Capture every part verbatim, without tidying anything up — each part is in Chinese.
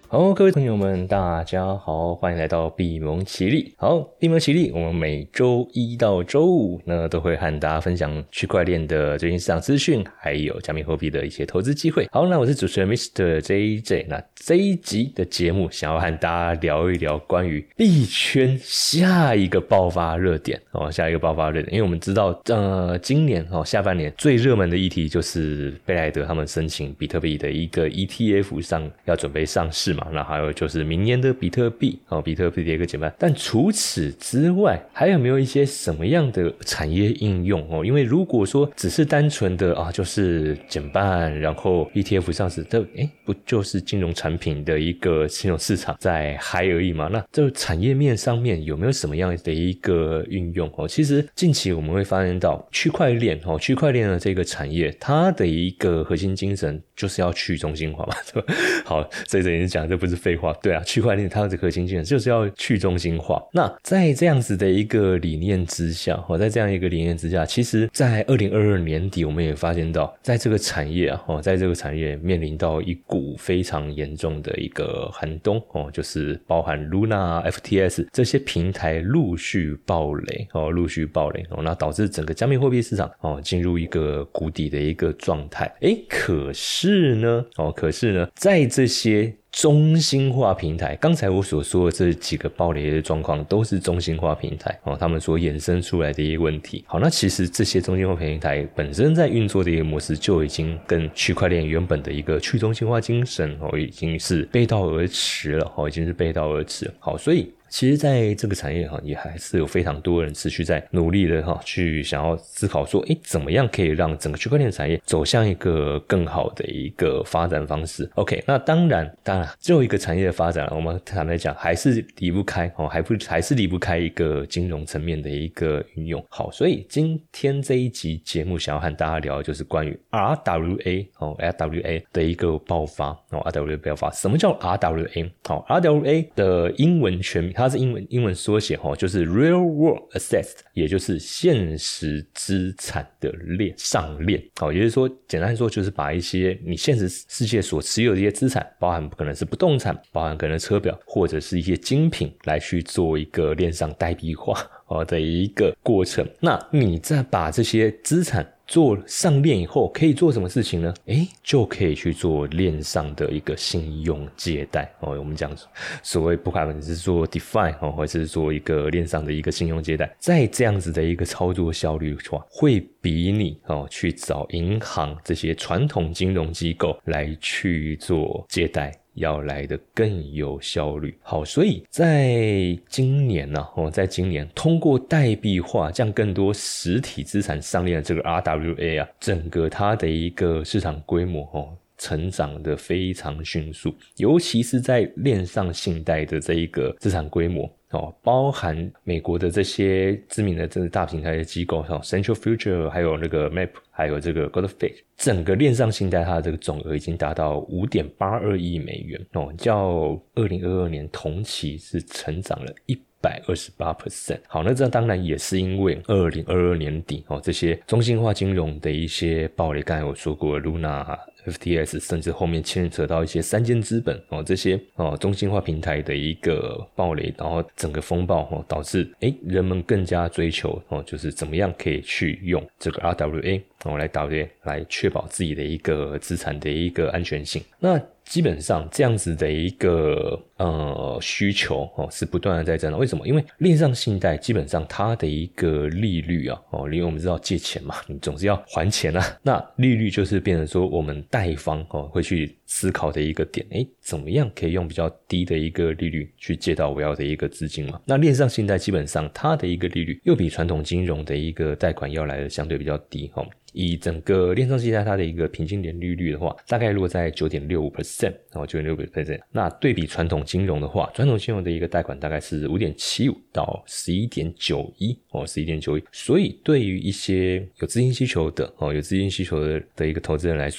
好，各位朋友们大家好，欢迎来到闭蒙奇力。好，闭蒙奇力我们每周一到周五呢都会和大家分享区块链的最新市场资讯，还有加密货币的一些投资机会。好，那我是主持人 Mister J J。 那这一集的节目想要和大家聊一聊关于币圈下一个爆发热点哦，下一个爆发热点，因为我们知道呃今年哦下半年最热门的议题就是贝莱德他们申请比特币的一个 E T F 上要准备上市嘛，那还有就是明年的比特币哦，比特币的一个减半。但除此之外，还有没有一些什么样的产业应用哦？因为如果说只是单纯的啊，就是减半，然后 E T F 上市，这诶不就是金融产品的一个金融市场在嗨而已嘛？那这产业面上面有没有什么样的一个运用哦？其实近期我们会发现到区块链哦，区块链的这个产业，它的一个核心精神就是要去中心化嘛，对吧？好，所以这也是讲这不是废话，对啊，区块链它的核心精神就是要去中心化。那在这样子的一个理念之下，在这样一个理念之下，其实在二零二二年底我们也发现到，在这个产业啊，在这个产业面临到一股非常严重的一个寒冬哦，就是包含 Luna、F T S 这些平台陆续爆雷哦，陆续爆雷哦，那导致整个加密货币市场哦进入一个谷底的一个状态。诶，可是呢，哦，可是呢，在这些中心化平台，刚才我所说的这几个爆雷的状况都是中心化平台哦，他们所衍生出来的一个问题。好，那其实这些中心化平台本身在运作的一个模式就已经跟区块链原本的一个去中心化精神哦，已经是背道而驰了哦，已经是背道而驰了。好，所以其实在这个产业也还是有非常多人持续在努力的去想要思考说，诶，怎么样可以让整个区块链产业走向一个更好的一个发展方式。 OK， 那当然当然最后一个产业的发展，我们坦白讲还是离不开哦，还不还是离不开一个金融层面的一个运用。好，所以今天这一集节目想要和大家聊的就是关于 R W A 哦 R W A 的一个爆发哦 R W A 爆发。什么叫 R W A？ 好 R W A 的英文全名它是英文英文缩写齁，就是 Real World Assets， 也就是现实资产的链上链。好，也就是说简单说就是把一些你现实世界所持有的一些资产，包含可能是不动产，包含可能车表或者是一些精品，来去做一个链上代币化的一个过程。那你再把这些资产做上链以后可以做什么事情呢？诶，就可以去做链上的一个信用借贷哦。我们讲所谓不管是做 DeFi 哦，或者是做一个链上的一个信用借贷，在这样子的一个操作效率的话，会比你哦去找银行这些传统金融机构来去做借贷要来的更有效率。好，所以在今年呢、啊哦，在今年通过代币化将更多实体资产上链的这个 R W A 啊，整个它的一个市场规模哦成长的非常迅速，尤其是在链上信贷的这一个资产规模哦，包含美国的这些知名的这个大平台的机构，像 Central Future 还有那个 M A P 还有这个 Goldfish， 整个链上信贷它的这个总额已经达到 五点八二亿美元哦，较二零二二年同期是成长了一百二十八 percent。 好，那这当然也是因为二零二二年底哦，这些中心化金融的一些暴雷，刚才我说过 Luna、F T S， 甚至后面牵扯到一些三箭资本哦，这些哦中心化平台的一个暴雷，然后整个风暴哦，导致诶人们更加追求哦，就是怎么样可以去用这个 R W A 哦来导列来确保自己的一个资产的一个安全性。那基本上这样子的一个呃需求哦是不断的在增长。为什么？因为链上信贷基本上它的一个利率啊哦，因为我们知道借钱嘛，你总是要还钱啊，那利率就是变成说我们贷方哦会去思考的一个点，诶怎么样可以用比较低的一个利率去借到我要的一个资金嘛？那链上信贷基本上它的一个利率又比传统金融的一个贷款要来的相对比较低哦。以整个链上信贷它的一个平均年利率的话，大概落在 百分之九点六五 哦 百分之九点六五。 那对比传统金融的话，传统金融的一个贷款大概是 五点七五 到 十一点九一 哦 十一点九一。所以对于一些有资金需求的哦有资金需求的的一个投资人来说的话，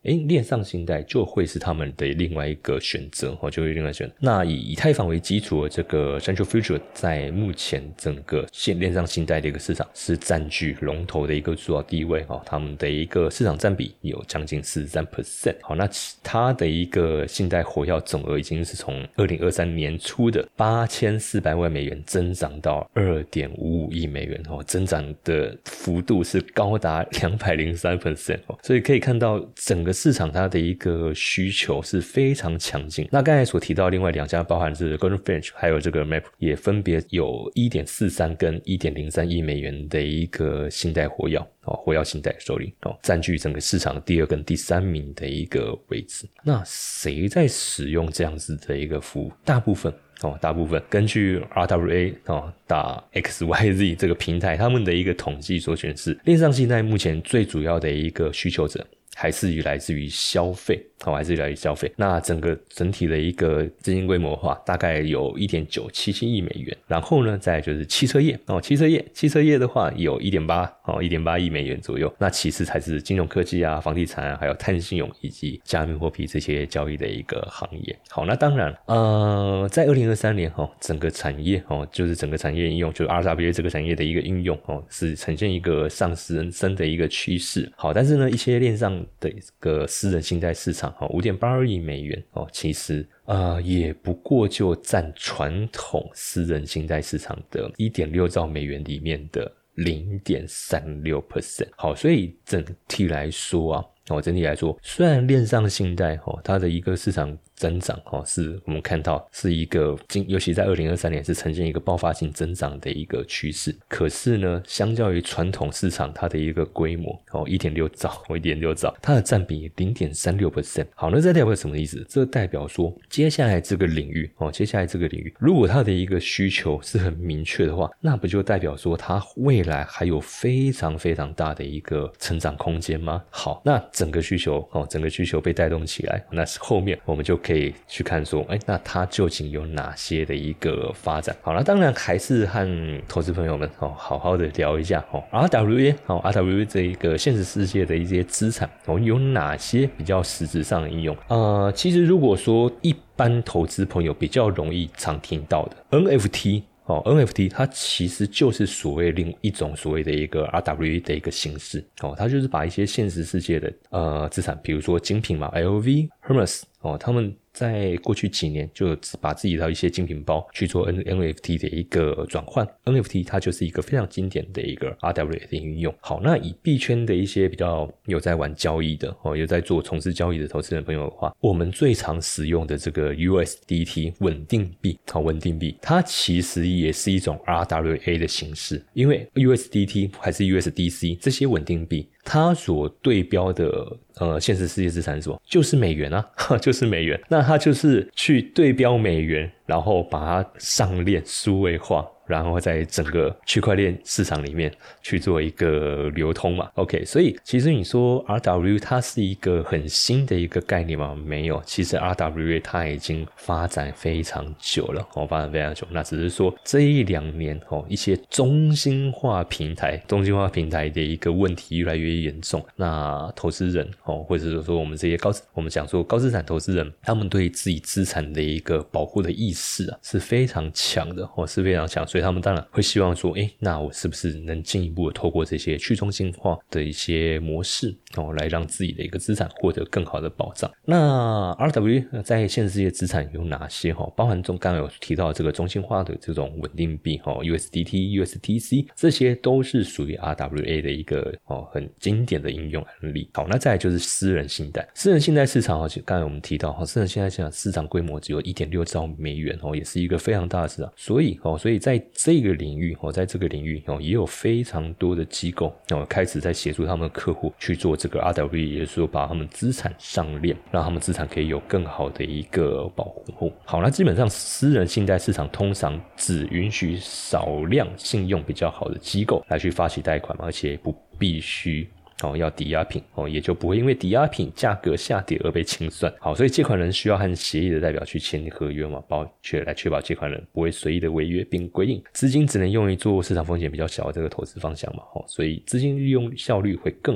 诶，链上信贷就会是他们的另外一个选择，就会另外选择。那以以太坊为基础的这个 Central Future 在目前整个现链上信贷的一个市场是占据龙头的一个主要地位，他们的一个市场占比有将近 百分之四十三。 好，那它的一个信贷活跃总额已经是从二零二三年初的八千四百万美元增长到 二点五五亿美元，增长的幅度是高达 百分之两百零三， 所以可以看到整个市场它的一个需求是非常强劲。那刚才所提到另外两家包含是 Golden Finch 还有这个 Map 也分别有 一点四三 跟 一点零三亿美元的一个信贷活跃，活跃信贷手里占据整个市场第二跟第三名的一个位置。那谁在使用这样子的一个服务？大部分哦，大部分根据 R W A 哦打 X Y Z 这个平台他们的一个统计所显示，链上信贷目前最主要的一个需求者还是来自于消费，哦，还是来自于消费。那整个整体的一个资金规模的话，大概有 一点九七七亿美元。然后呢，再来就是汽车业，哦，汽车业，汽车业的话有 一点八，哦 一点八亿美元左右。那其次才是金融科技啊、房地产啊，还有碳信用以及加密货币这些交易的一个行业。好，那当然，呃，在二零二三年哦，整个产业哦，就是整个产业应用，就是 R W A 这个产业的一个应用哦，是呈现一个上升的一个趋势。好，但是呢，一些链上的一个私人信贷市场 五点八二亿美元，其实呃也不过就占传统私人信贷市场的 一点六兆美元里面的 百分之零点三六。 好，所以整体来说啊，哦，整体来说，虽然链上信贷哦，它的一个市场增长哦，是我们看到是一个，尤其在二零二三年是呈现一个爆发性增长的一个趋势。可是呢，相较于传统市场它的一个规模哦 一点六兆， 一点六兆，它的占比 零点三六。 好，那这代表什么意思？这代表说接下来这个领域哦，接下来这个领域，如果它的一个需求是很明确的话，那不就代表说它未来还有非常非常大的一个成长空间吗？好，那整个需求哦，整个需求被带动起来，那后面我们就可以去看说，哎，那它究竟有哪些的一个发展？好了，当然还是和投资朋友们哦，好好的聊一下哦 ，R W A 哦 ，R W A 这一个现实世界的一些资产哦，有哪些比较实质上的应用？呃，其实如果说一般投资朋友比较容易常听到的 N F T。哦 ，N F T 它其实就是所谓另一种所谓的一个 R W A 的一个形式哦，它就是把一些现实世界的呃资产，比如说精品嘛 ，L V、Hermes 哦，他们在过去几年就把自己的一些精品包去做 N F T 的一个转换 ，N F T 它就是一个非常经典的一个 R W A 的应用。好，那以币圈的一些比较有在玩交易的哦，有在做从事交易的投资人朋友的话，我们最常使用的这个 U S D T 稳定币，好，稳定币，它其实也是一种 R W A 的形式，因为 U S D T 还是 U S D C 这些稳定币，它所对标的呃现实世界资产是什么？就是美元啊，就是美元。那它就是去对标美元，然后把它上链数位化，然后在整个区块链市场里面去做一个流通嘛。OK， 所以其实你说 R W A 它是一个很新的一个概念吗？没有，其实 R W A 它已经发展非常久了，哦，发展非常久。那只是说这一两年哦，一些中心化平台、中心化平台的一个问题越来越严重。那投资人哦，或者是说我们这些高，我们讲说高资产投资人，他们对自己资产的一个保护的意识啊是非常强的哦，是非常强。所以他们当然会希望说，诶，那我是不是能进一步的透过这些去中心化的一些模式哦，来让自己的一个资产获得更好的保障？那 R W A 在现实世界资产有哪些哦？包含中刚刚有提到这个中心化的这种稳定币哦 ，U S D T、U S D C 这些都是属于 R W A 的一个哦很经典的应用案例。好，那再来就是私人信贷，私人信贷市场哦，刚才我们提到哦，私人信贷市场市场规模只有 一点六兆美元哦，也是一个非常大的市场。所以哦，所以在这个领域哦，在这个领域哦，也有非常多的机构哦，开始在协助他们的客户去做这个 R W A， 也就是说把他们资产上链，让他们资产可以有更好的一个保护。好，那基本上私人信贷市场通常只允许少量信用比较好的机构来去发起贷款嘛，而且不必须哦，要抵押品哦，也就不会因为抵押品价格下跌而被清算。好，所以借款人需要和协议的代表去签合约嘛，包确来确保借款人不会随意的违约，并规定资金只能用于做市场风险比较小的这个投资方向嘛。哦，所以资金利用效率会更好。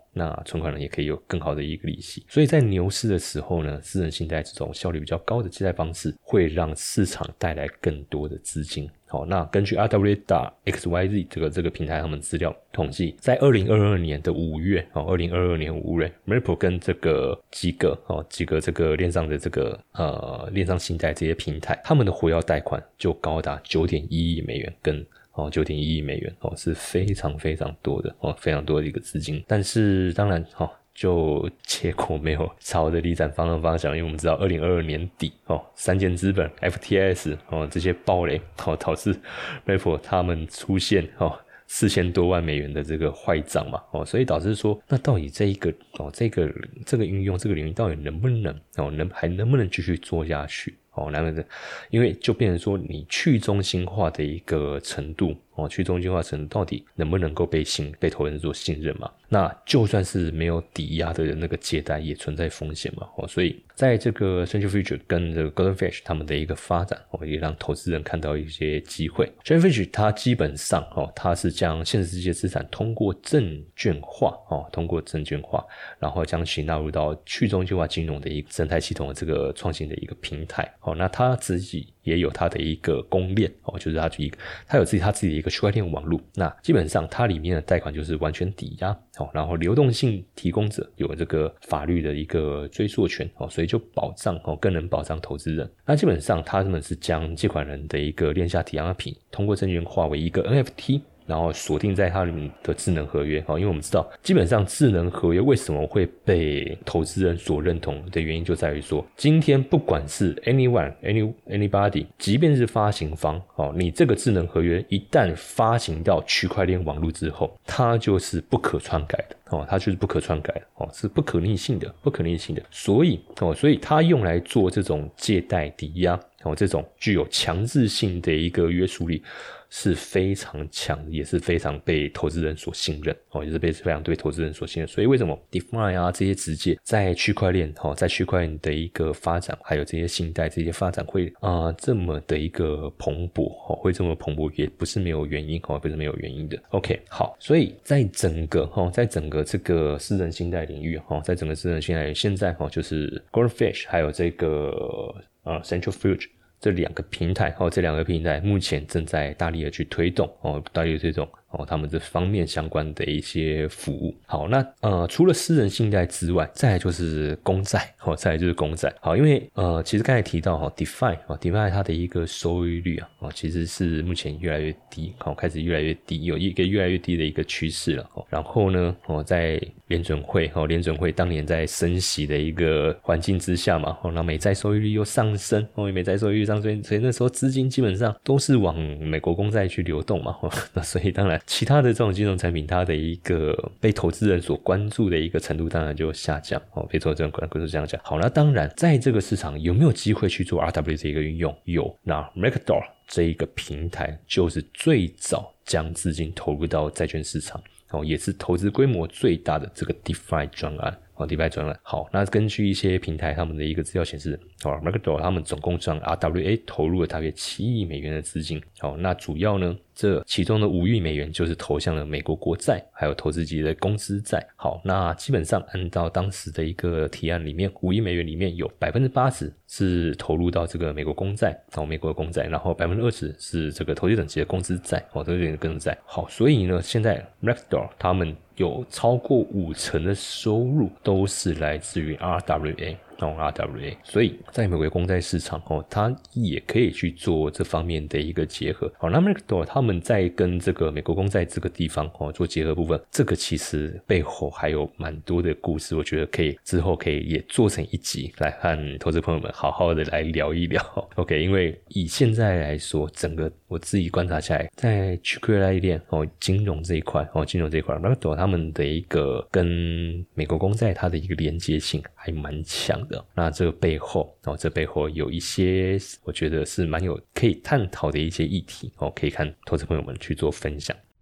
那存款人也可以有更好的一个利息。所以在牛市的时候呢，私人信贷这种效率比较高的借贷方式会让市场带来更多的资金。好，那根据 R W A 打 X Y Z 这个这个平台他们资料统计，在二零二二年的五月，哦，二零二二年五月 Maple 跟这个几个哦几个这个链上的这个呃链上信贷这些平台，他们的活跃贷款就高达 九点一亿美元，跟哦 九点一亿美元哦是非常非常多的哦非常多的一个资金。但是当然哦就结果没有朝着理想方向方向，因为我们知道二零二二年底哦，三箭资本 F T S 哦这些暴雷哦导致 Maple 他们出现哦四千多万美元的这个坏账嘛哦，所以导致说那到底这一个哦这个这个运用这个领域到底能不能哦能还能不能继续做下去？哦，那么因为就变成说你去中心化的一个程度哦，去中心化程度到底能不能够被信被投资人所信任嘛？那就算是没有抵押的那个借贷也存在风险嘛哦，所以在这个 Central Future 跟这个 Golden Fish 他们的一个发展哦，也让投资人看到一些机会。Central Future 它基本上哦，它是将现实世界资产通过证券化哦，通过证券化，然后将其纳入到去中心化金融的一个生态系统的这个创新的一个平台。哦，那他自己也有他的一个公链哦，就是他一个他有自己他自己的一个区块链网络。那基本上它里面的贷款就是完全抵押哦，然后流动性提供者有这个法律的一个追溯权哦，所以就保障哦，更能保障投资人。那基本上他们是将借款人的一个链下抵押品通过证券化为一个 N F T。然后锁定在它里面的智能合约，因为我们知道基本上智能合约为什么会被投资人所认同的原因就在于说，今天不管是 anyone any anybody 即便是发行方，你这个智能合约一旦发行到区块链网络之后，它就是不可篡改的哦，它就是不可篡改的哦，是不可逆性的，不可逆性的，所以哦，所以它用来做这种借贷抵押哦，这种具有强制性的一个约束力是非常强，也是非常被投资人所信任哦，也是被非常对投资人所信任。所以为什么 DeFi 啊这些直接在区块链哦，在区块链的一个发展，还有这些信贷这些发展会啊、呃、这么的一个蓬勃哦，会这么蓬勃，也不是没有原因哦，不是没有原因的。OK， 好，所以在整个哦，在整个这个私人信贷领域哦，在整个私人信贷领域，现在哦就是 Golden Fish 还有这个呃 Central Future。这两个平台哦，这两个平台目前正在大力的去推动哦，大力的推动哦，他们这方面相关的一些服务。好，那呃，除了私人信贷之外，再来就是公债哦，再来就是公债。好，因为呃，其实刚才提到哦 ，DeFi 哦 ，DeFi 它的一个收益率啊，哦，其实是目前越来越低，哦，开始越来越低，有一个越来越低的一个趋势了。哦，然后呢，哦，在联准会哦，联准会当年在升息的一个环境之下嘛，哦，那美债收益率又上升，哦，美债收益率上升，所以那时候资金基本上都是往美国公债去流动嘛，哦，那所以当然。其他的这种金融产品，它的一个被投资人所关注的一个程度，当然就下降哦，被投资人关注下降。好，那当然，在这个市场有没有机会去做 R W 这个运用？有。那 Mercador 这一个平台就是最早将资金投入到债券市场，哦，也是投资规模最大的这个 DeFi 专案。哦 ，DeFi 专案。好，那根据一些平台他们的一个资料显示，哦 ，Mercador 他们总共将 R W A 投入了大约七亿美元的资金。好，那主要呢，这其中的五亿美元就是投向了美国国债，还有投资级的公司债。好，那基本上按照当时的一个提案里面，五亿美元里面有 百分之八十 是投入到这个美国公债，哦，美国的公债，然后 百分之二十 是这个投资等级的公司债，哦，投资等级的公司债。好，所以呢，现在 Mercador 他们有超过五成的收入都是来自于 R W A。哦 R W A， 所以在美国公债市场哦，它也可以去做这方面的一个结合。好，那 Mercador 他们在跟这个美国公债这个地方哦做结合部分，这个其实背后还有蛮多的故事，我觉得可以之后可以也做成一集来和投资朋友们好好的来聊一聊。OK， 因为以现在来说，整个我自己观察下来，在区块链哦金融这一块哦金融这一块 ，Mercador 他们的一个跟美国公债它的一个连接性还蛮强的。那这个背后哦，这背后有一些我觉得是蛮有可以探讨的一些议题哦，可以看投资朋友们去做分享。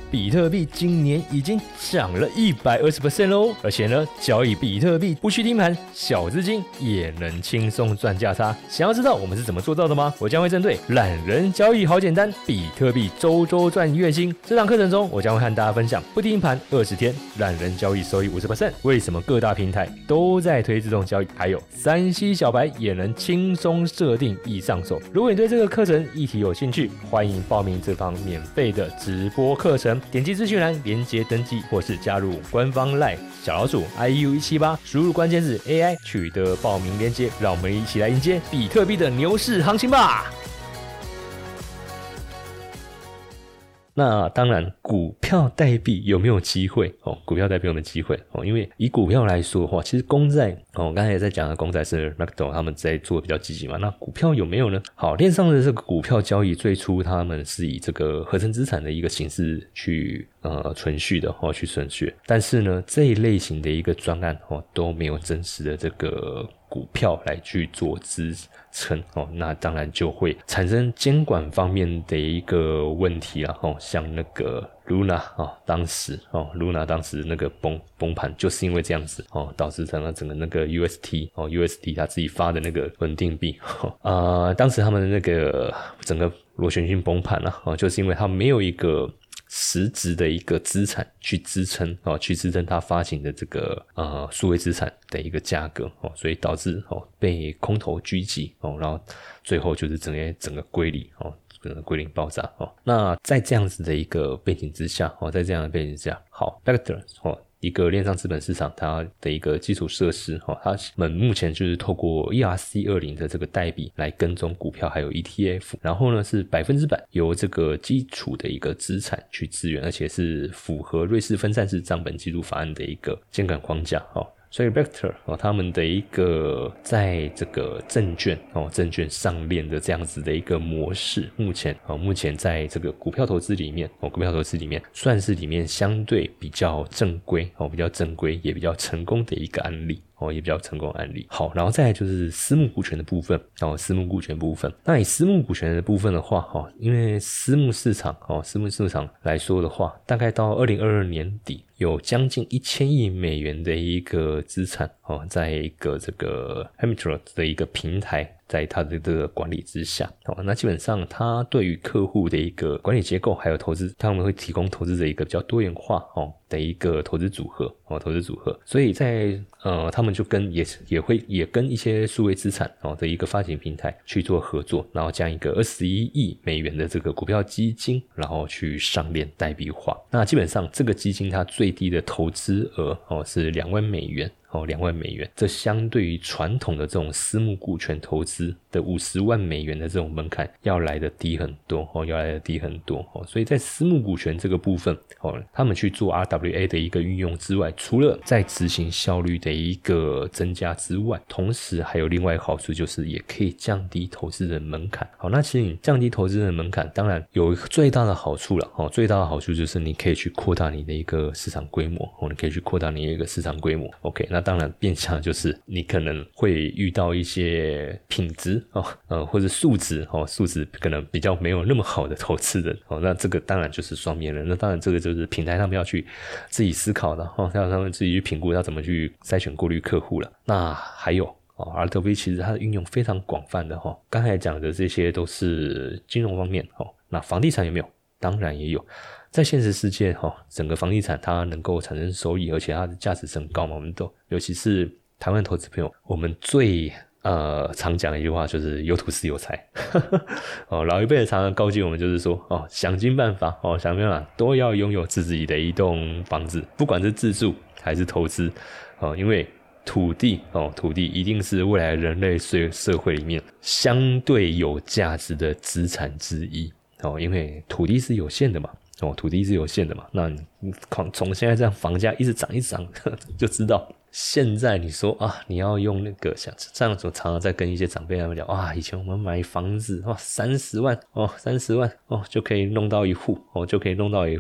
比特币今年已经涨了 百分之一百二十 喽，而且呢，交易比特币不需盯盘，小资金也能轻松赚价差。想要知道我们是怎么做到的吗？我将会针对懒人交易好简单，比特币周周赚月薪这堂课程中，我将会和大家分享不盯盘二十天，懒人交易收益 百分之五十， 为什么各大平台都在推自动交易，还有三 C 小白也能轻松设定易上手。如果你对这个课程议题有兴趣，欢迎报名这堂免费的直播课程，点击资讯栏连结登记，或是加入官方 LINE 小老鼠 I U 一七八，输入关键字 A I 取得报名连结，让我们一起来迎接比特币的牛市行情吧。那当然，股票代币有没有机会？哦，股票代币有没有机会？哦，因为以股票来说的话，其实公债，哦，我刚才也在讲的公债是 M A C D O 他们在做比较积极嘛。那股票有没有呢？好，链上的这个股票交易最初他们是以这个合成资产的一个形式去呃存续的哦，去存续。但是呢，这一类型的一个专案哦都没有真实的这个股票来去做支撑哦，那当然就会产生监管方面的一个问题啦哦，像那个 Luna 哦，当时哦 Luna 当时那个崩崩盘就是因为这样子哦，导致整个整个那个 U S T 哦 U S T 他自己发的那个稳定币哦，呃当时他们的那个整个螺旋性崩盘啦哦，就是因为他没有一个实质的一个资产去支撑哦，去支撑它发行的这个呃数位资产的一个价格哦，所以导致哦被空头狙击哦，然后最后就是整个整个归零哦，整个归零爆炸哦。那在这样子的一个背景之下哦，在这样的背景之下，好 Vector 哦。一个链上资本市场它的一个基础设施齁，他们目前就是透过 E R C 二十 的这个代币来跟踪股票还有 E T F， 然后呢是百分之百由这个基础的一个资产去支援，而且是符合瑞士分散式账本记录法案的一个监管框架齁。所以 Vector 哦，他们的一个在这个证券哦，证券上链的这样子的一个模式，目前哦，目前在这个股票投资里面哦，股票投资里面算是里面相对比较正规哦，比较正规也比较成功的一个案例。哦，也比较成功的案例。好，然后再来就是私募股权的部分哦，私募股权部分。那以私募股权的部分的话，哈、哦，因为私募市场哦，私募市场来说的话，大概到二零二二年底有将近一千亿美元的一个资产哦，在一个这个 Hemitrust 的一个平台。在它的这个管理之下，哦，那基本上它对于客户的一个管理结构，还有投资，他们会提供投资者一个比较多元化哦的一个投资组合哦，投资组合。所以在呃，他们就跟也也会也跟一些数位资产哦的一个发行平台去做合作，然后将一个二十一亿美元的这个股票基金，然后去上链代币化。那基本上这个基金它最低的投资额哦是两万美元。哦，两万美元，这相对于传统的这种私募股权投资的五十万美元的这种门槛要来的低很多哦，要来的低很多哦。所以在私募股权这个部分哦，他们去做 R W A 的一个运用之外，除了在执行效率的一个增加之外，同时还有另外一个好处就是也可以降低投资人门槛。好，那其实你降低投资人门槛，当然有最大的好处了哦，最大的好处就是你可以去扩大你的一个市场规模哦，你可以去扩大你的一个市场规模。OK， 那当然变相就是你可能会遇到一些品质哦，呃，或者素质哦，素质可能比较没有那么好的投资人哦，那这个当然就是双面人。那当然这个就是平台他们要去自己思考的哦，要他们自己去评估要怎么去筛选过滤客户了。那还有哦 ，R W A 其实它的运用非常广泛的哦，刚才讲的这些都是金融方面哦，那房地产有没有？当然也有。在现实世界齁，整个房地产它能够产生收益，而且它的价值是很高嘛，我们都尤其是台湾投资朋友，我们最呃常讲的一句话就是有土是有财哦，老一辈的常常告诫我们就是说哦，想尽办法哦，想尽办法都要拥有自己的一栋房子，不管是自住还是投资哦，因为土地哦，土地一定是未来人类社社会里面相对有价值的资产之一哦，因为土地是有限的嘛。哦，土地是有限的嘛，那你从现在这样房价一直涨一直涨呵呵就知道，现在你说啊，你要用那个像这样子，我常常在跟一些长辈他们聊啊，以前我们买房子哇，三十万哦，三十万哦就可以弄到一户哦，就可以弄到一户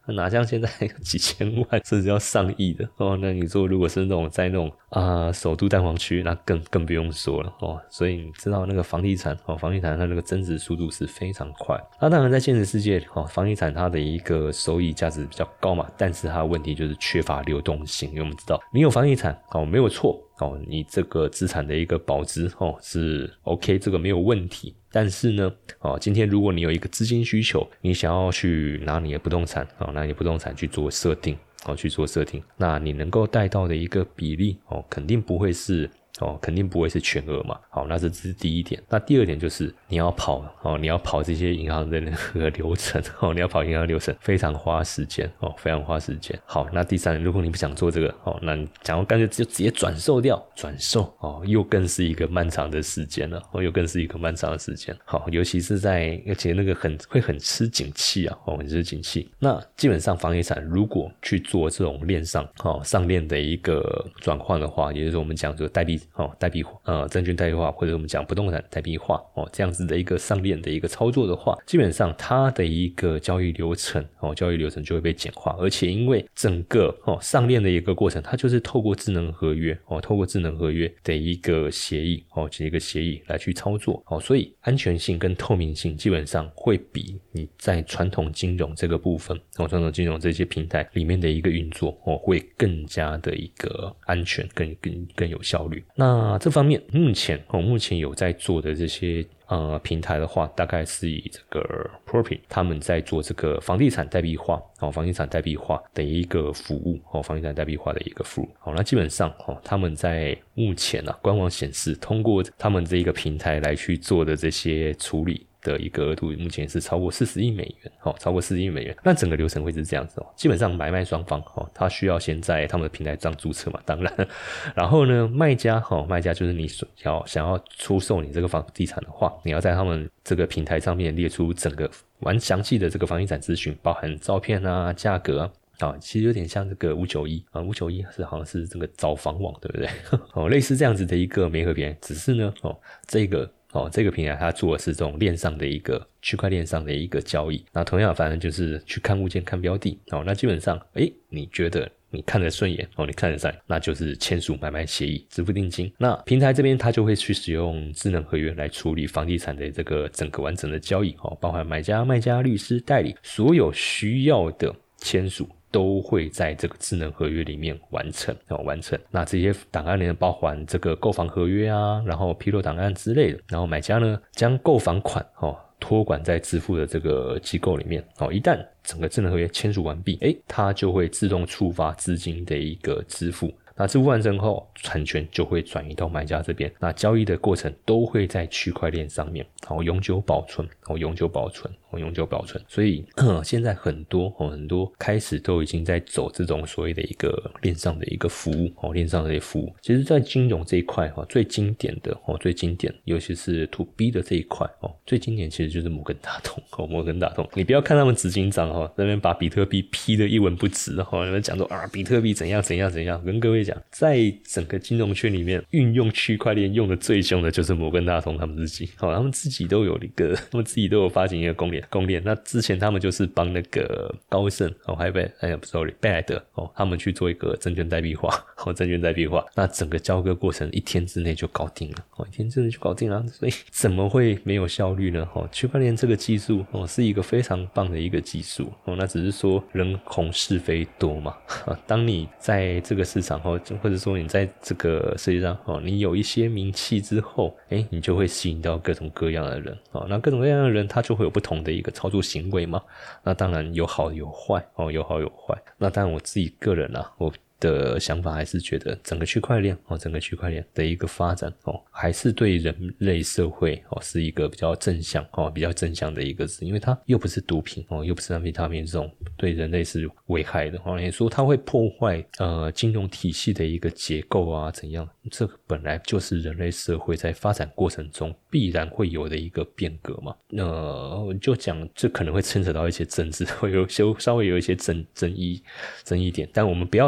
哪像现在有几千万甚至要上亿的哦。那你说如果是那种在那种啊、呃、首都蛋黄区，那更更不用说了哦。所以你知道那个房地产哦，房地产它那个增值速度是非常快。那当然在现实世界哦，房地产它的一个收益价值比较高嘛，但是它的问题就是缺乏流动性。因为我们知道你有房地产哦没有错哦，你这个资产的一个保值哦是 OK， 这个没有问题。但是呢，哦，今天如果你有一个资金需求，你想要去拿你的不动产，哦，拿你的不动产去做设定，哦，去做设定，那你能够贷到的一个比例，哦，肯定不会是。哦，肯定不会是全额嘛。好，那这是第一点。那第二点就是你要跑哦，你要跑这些银行的那个流程哦，你要跑银行流程非常花时间哦，非常花时间。好，那第三，如果你不想做这个哦，那你想要干脆就直接转售掉，转售哦，又更是一个漫长的时间了哦，又更是一个漫长的时间。好，尤其是在而且那个很会很吃景气啊，哦，很吃景气。那基本上房地产如果去做这种链上哦上链的一个转换的话，也就是说我们讲说代币。哦，代币呃证券代币化，或者我们讲不动产代币化哦，这样子的一个上链的一个操作的话，基本上它的一个交易流程哦，交易流程就会被简化，而且因为整个哦上链的一个过程，它就是透过智能合约哦，透过智能合约的一个协议哦，一个协议来去操作哦，所以安全性跟透明性基本上会比你在传统金融这个部分哦，传统金融这些平台里面的一个运作哦，会更加的一个安全，更更更有效率。那这方面目前哦，目前有在做的这些呃平台的话，大概是以这个 Propy 他们在做这个房地产代币化哦，房地产代币化的一个服务哦，房地产代币化的一个服务。好，那基本上哦，他们在目前啊，官网显示通过他们这一个平台来去做的这些处理。的一个额度目前是超过四十亿美元，哦，超过四十亿美元。那整个流程会是这样子哦，基本上买卖双方哦，他需要先在他们的平台上注册嘛，当然，然后呢，卖家哦，卖家就是你要想要出售你这个房地产的话，你要在他们这个平台上面列出整个完详细的这个房地产资讯，包含照片啊、价格啊。啊，其实有点像这个五九一啊，五九一是好像是这个找房网，对不对？哦，类似这样子的一个媒合平台，只是呢，哦，这个哦，这个平台它做的是这种链上的一个区块链上的一个交易。那同样，反正就是去看物件、看标的。哦，那基本上，诶，你觉得你看得顺眼哦，你看得上，那就是签署买卖协议，支付定金。那平台这边它就会去使用智能合约来处理房地产的这个整个完整的交易哦，包含买家、卖家、律师、代理，所有需要的签署。都会在这个智能合约里面完成哦，完成。那这些档案呢，包含这个购房合约啊，然后披露档案之类的。然后买家呢，将购房款哦托管在支付的这个机构里面哦。一旦整个智能合约签署完毕，诶，它就会自动触发资金的一个支付。那支付完成后，产权就会转移到买家这边。那交易的过程都会在区块链上面，哦，永久保存，哦，永久保存，哦，永久保存。所以，呃、现在很多哦，很多开始都已经在走这种所谓的一个链上的一个服务，哦，链上的一个服务。其实，在金融这一块哈，最经典的哦，最经典，尤其是 to B 的这一块哦，最经典其实就是摩根大通哦，摩根大通。你不要看他们执行长哦，在那边把比特币批得一文不值哦，那边讲说啊，比特币怎样怎样怎样，跟各位讲，在整个金融圈里面，运用区块链用的最凶的就是摩根大通他们自己，哦，他们自己都有一个，他们自己都有发行一个公链，公链。那之前他们就是帮那个高盛哦，还有贝，哎呀 ，sorry， 贝莱德哦，他们去做一个证券代币化，哦，证券代币化，那整个交割过程一天之内就搞定了，哦，一天之内就搞定了，所以怎么会没有效率呢？哦，区块链这个技术哦，是一个非常棒的一个技术哦，那只是说人红是非多嘛，啊，当你在这个市场哦，或者说你在这个世界上哦，你有一些名气之后，诶，你就会吸引到各种各样的人哦，那各种各样的人他就会有不同的一个操作行为嘛，那当然有好有坏哦，有好有坏。那当然我自己个人啊，我的想法还是觉得整个区块链哦，整个区块链的一个发展哦，还是对人类社会哦是一个比较正向哦，比较正向的一个字，因为它又不是毒品哦，又不是安非他命这种对人类是危害的哦。你说它会破坏呃金融体系的一个结构啊怎样？这个本来就是人类社会在发展过程中必然会有的一个变革嘛。呃，就讲这可能会牵扯到一些政治，会有些稍微有一些争争议争议点，但我们不要扯到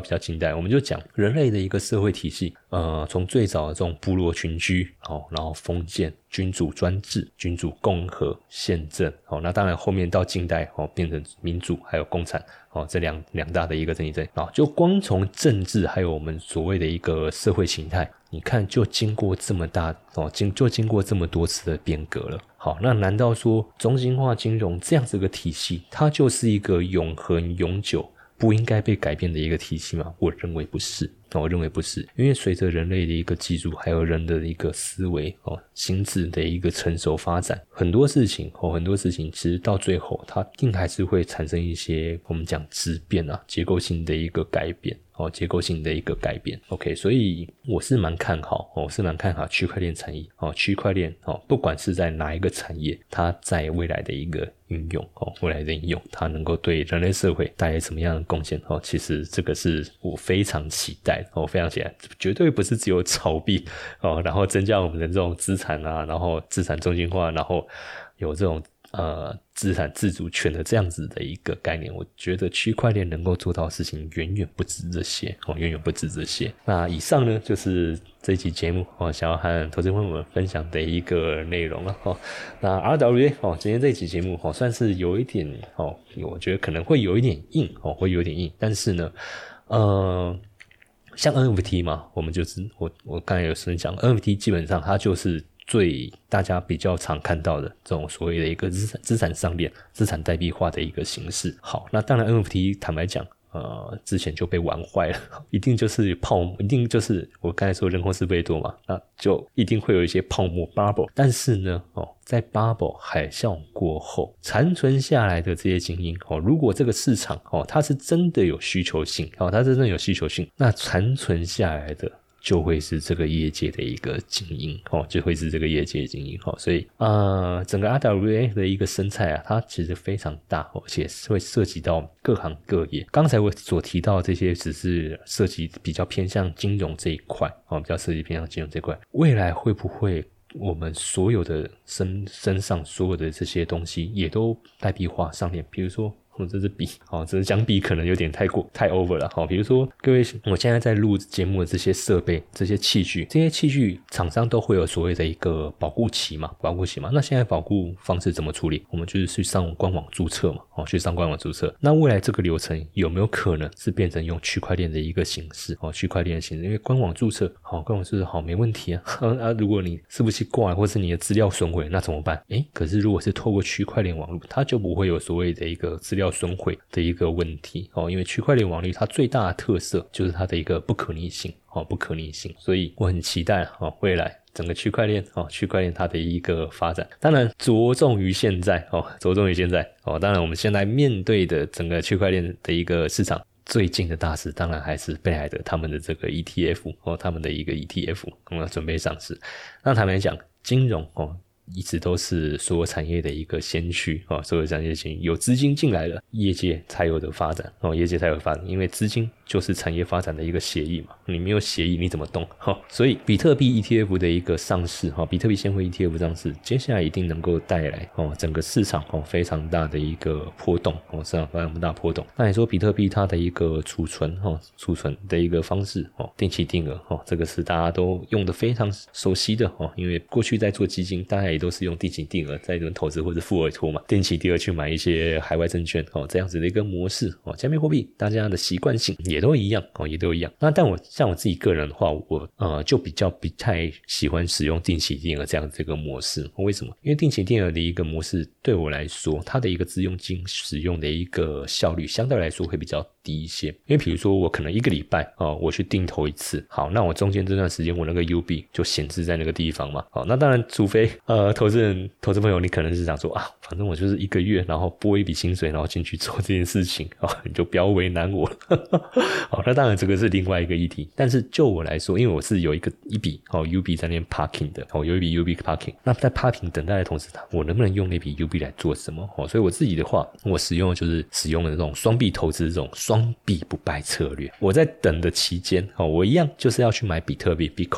比较近代，我们就讲人类的一个社会体系，呃，从最早的这种部落群居，哦，然后封建、君主专制、君主共和、宪政，哦，那当然后面到近代，哦，变成民主还有共产，哦，这两两大的一个政体阵营，哦，就光从政治还有我们所谓的一个社会形态，你看就经过这么大，哦，经就经过这么多次的变革了。好，那难道说中心化金融这样子的体系，它就是一个永恒永久不应该被改变的一个体系吗？我认为不是。我认为不是，因为随着人类的一个技术还有人的一个思维哦，心智的一个成熟发展，很多事情哦，很多事情其实到最后它定还是会产生一些我们讲质变啊，结构性的一个改变哦，结构性的一个改变 OK， 所以我是蛮看好哦，我是蛮看好区块链产业哦，区块链哦，不管是在哪一个产业，它在未来的一个运用哦，未来的应用，它能够对人类社会带来什么样的贡献哦，其实这个是我非常期待我、哦、非常期待，绝对不是只有炒币哦，然后增加我们的这种资产啊，然后资产中心化，然后有这种呃资产自主权的这样子的一个概念。我觉得区块链能够做到的事情远远不止这些哦，远远不止这些。那以上呢就是这一期节目哦，想要和投资朋友们分享的一个内容了哦。那 R W A 哦，今天这一期节目哦，算是有一点哦，我觉得可能会有一点硬哦，会有一点硬，但是呢，呃。像 N F T 嘛，我们就是我我刚才有分享 N F T 基本上它就是最大家比较常看到的这种所谓的一个资产资产上链、资产代币化的一个形式。好，那当然 N F T 坦白讲呃，之前就被玩坏了，一定就是泡沫，一定就是我刚才说人工斯贝多嘛，那就一定会有一些泡沫 bubble。但是呢，哦，在 bubble 海啸过后，残存下来的这些精英，哦，如果这个市场哦，它是真的有需求性，哦，它是真的有需求性，那残存下来的就会是这个业界的一个精英哦，就会是这个业界的精英哦，所以呃，整个 R W A 的一个生态啊，它其实非常大，而且会涉及到各行各业。刚才我所提到的这些只是涉及比较偏向金融这一块哦，比较涉及偏向金融这一块，未来会不会我们所有的身身上所有的这些东西也都代币化上链？比如说哦，这是笔，哦，这是讲笔可能有点太过太 over 了，好、哦，比如说各位，我现在在录节目的这些设备、这些器具，这些器具厂商都会有所谓的一个保护期嘛，保护期嘛。那现在保护方式怎么处理？我们就是去上官网注册嘛，哦，去上官网注册。那未来这个流程有没有可能是变成用区块链的一个形式？哦，区块链的形式，因为官网注册，好、哦，官网注册好没问题啊。啊，如果你是不是挂了，或是你的资料损毁，那怎么办？诶，可是如果是透过区块链网络，它就不会有所谓的一个资料要损毁的一个问题哦，因为区块链网络它最大的特色就是它的一个不可逆性哦，不可逆性，所以我很期待哦，未来整个区块链哦，区块链它的一个发展，当然着重于现在哦，着重于现在哦，当然我们现在面对的整个区块链的一个市场。最近的大事当然还是贝莱德他们的这个 E T F 哦，他们的一个 E T F 我们准备上市。那坦白讲，金融哦。一直都是所有产业的一个先驱哦，所有产业的先驱，有资金进来了，业界才有的发展哦，业界才有发展，因为资金就是产业发展的一个协议嘛，你没有协议你怎么动？哈、哦，所以比特币 E T F 的一个上市哈、哦，比特币现货 E T F 上市，接下来一定能够带来哦整个市场哦非常大的一个波动哦，市场非常大波动。那你说比特币它的一个储存哦，储存的一个方式哦，定期定额哦，这个是大家都用的非常熟悉的哦，因为过去在做基金，大家也都是用定期定额在这种投资或者副委托嘛，定期定额去买一些海外证券哦，这样子的一个模式哦，加密货币大家的习惯性也都一样哦，也都一样。那但我像我自己个人的话，我呃就比较不太喜欢使用定期定额这样子的一个模式。为什么？因为定期定额的一个模式对我来说，它的一个资用金使用的一个效率相对来说会比较低一些。因为比如说我可能一个礼拜哦，我去定投一次，好，那我中间这段时间我那个 U B 就闲置在那个地方嘛。好，那当然除非呃投资人投资朋友你可能是想说啊，反正我就是一个月然后拨一笔薪水然后进去做这件事情啊、哦，你就不要为难我了。好，那当然这个是另外一个议题，但是就我来说，因为我是有一个一笔哦 U B 在那边 parking 的哦，有一笔 U B parking， 那在 parking 等待的同时，我能不能用那笔 U B 来做什么哦？所以我自己的话，我使用的就是使用的这种双币投资这种双币不败策略。我在等的期间哦，我一样就是要去买比特币 Bitcoin。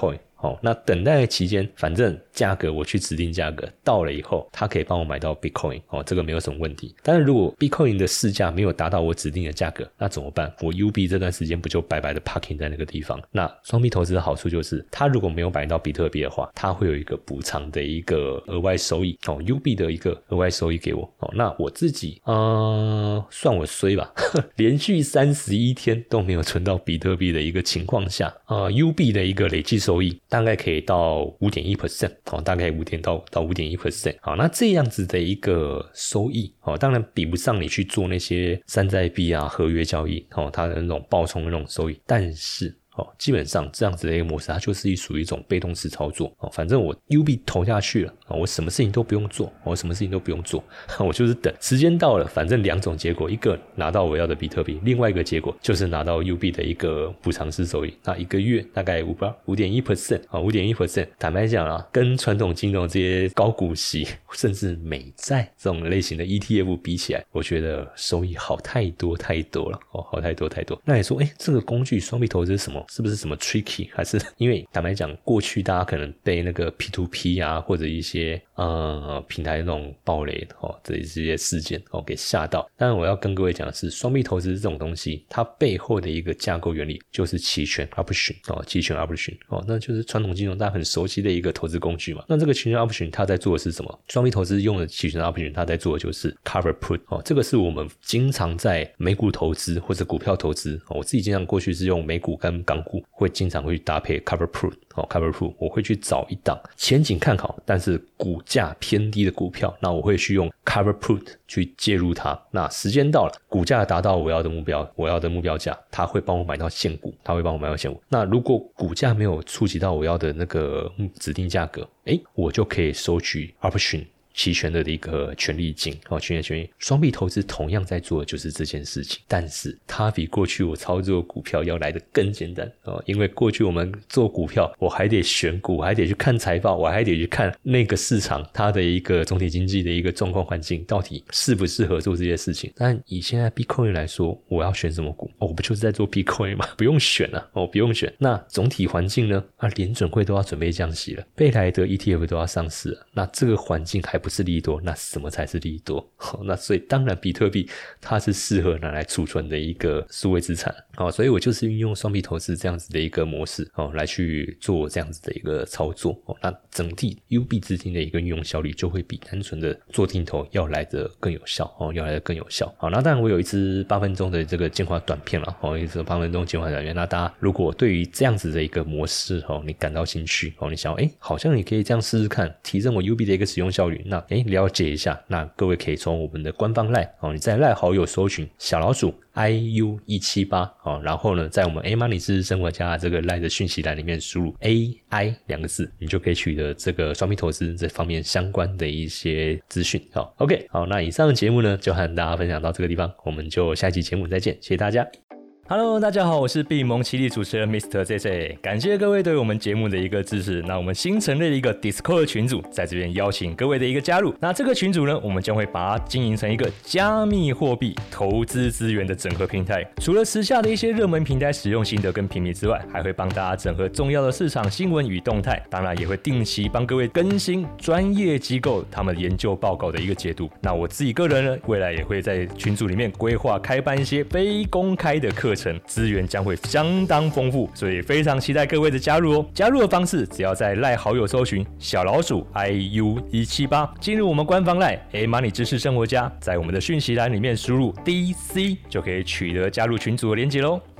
哦，那等待的期间，反正价格我去指定价格到了以后，它可以帮我买到 Bitcoin 哦，这个没有什么问题。但是如果 Bitcoin 的市价没有达到我指定的价格，那怎么办？我 U B 这段时间不就白白的 parking 在那个地方？那双币投资的好处就是，它如果没有买到比特币的话，它会有一个补偿的一个额外收益哦 ，U B 的一个额外收益给我哦。那我自己呃，算我衰吧，连续三十一天都没有存到比特币的一个情况下，呃 ，U B 的一个累计收益大概可以到 百分之五点一 哦，大概五点到到 百分之五点一 好，那这样子的一个收益哦，当然比不上你去做那些山寨币啊、合约交易哦，它的那种暴冲的那种收益，但是哦，基本上这样子的一个模式，它就是属于一种被动式操作哦。反正我 U B 投下去了，哦，我什么事情都不用做，我什么事情都不用做，我就是等时间到了，反正两种结果，一个拿到我要的比特币，另外一个结果就是拿到 U B 的一个补偿式收益。那一个月大概 五点一 啊 百分之五点一 坦白讲啊，跟传统金融这些高股息甚至美债这种类型的 E T F 比起来，我觉得收益好太多太多了哦，好太多太多。那你说，诶，这个工具双币投资是什么？是不是什么 tricky？ 还是因为坦白讲，过去大家可能被那个 P to P 啊，或者一些呃平台那种暴雷哦，这些事件哦给吓到。当然我要跟各位讲的是，双币投资这种东西，它背后的一个架构原理就是期权 option 哦，期权 option 哦，那就是传统金融大家很熟悉的一个投资工具嘛。那这个期权 option 它在做的是什么？双币投资用的期权 option 它在做的就是 cover put 哦，这个是我们经常在美股投资或者股票投资哦，我自己经常过去是用美股跟港股，会经常会去搭配 cover put 哦 cover put， 我会去找一档前景看好但是股价偏低的股票，那我会去用 cover put 去介入它。那时间到了，股价达到我要的目标，我要的目标价，它会帮我买到现股，它会帮我买到现股。那如果股价没有触及到我要的那个指定价格，诶，我就可以收取 option期权的一个权利金哦，权利权利。双币投资同样在做的就是这件事情，但是它比过去我操作股票要来得更简单哦，因为过去我们做股票，我还得选股，我还得去看财报，我还得去看那个市场它的一个总体经济的一个状况环境，到底适不适合做这些事情。但以现在 Bitcoin 来说，我要选什么股？哦，我不就是在做 Bitcoin 吗？不用选了哦，不用选。那总体环境呢？啊，联准会都要准备降息了，贝莱德 E T F 都要上市了，那这个环境还不是利多，那什么才是利多？哦，那所以当然比特币它是适合拿来储存的一个数位资产哦，所以我就是运用双币投资这样子的一个模式哦，来去做这样子的一个操作哦，那整体 U B 资金的一个运用效率就会比单纯的做定投要来得更有效哦，要来得更有效。好，那当然我有一支八分钟的这个精华短片了哦，一支八分钟精华短片，那大家如果对于这样子的一个模式哦，你感到兴趣哦，你想诶好像你可以这样试试看，提升我 U B 的一个使用效率，那诶了解一下，那各位可以从我们的官方 LINE 哦，你在 LINE 好友搜寻小老鼠 I U 一七八 哦，然后呢在我们 A Money 知识生活家的这个 LINE 的讯息栏里面输入 A I 两个字，你就可以取得这个双币投资这方面相关的一些资讯。好 OK 好，那以上的节目呢就和大家分享到这个地方，我们就下期节目再见，谢谢大家。Hello， 大家好，我是币蒙奇力主持人 Mister J J， 感谢各位对我们节目的一个支持。那我们新成立了一个 Discord 群组，在这边邀请各位的一个加入。那这个群组呢，我们将会把它经营成一个加密货币投资资源的整合平台。除了时下的一些热门平台使用心得跟评比之外，还会帮大家整合重要的市场新闻与动态。当然，也会定期帮各位更新专业机构他们研究报告的一个解读。那我自己个人呢，未来也会在群组里面规划开办一些非公开的课程。资源将会相当丰富，所以非常期待各位的加入哦。加入的方式只要在 LINE 好友搜寻小老鼠 I U 一七八， 进入我们官方 LINE A Money 知识生活家，在我们的讯息栏里面输入 D C 就可以取得加入群组的连结咯。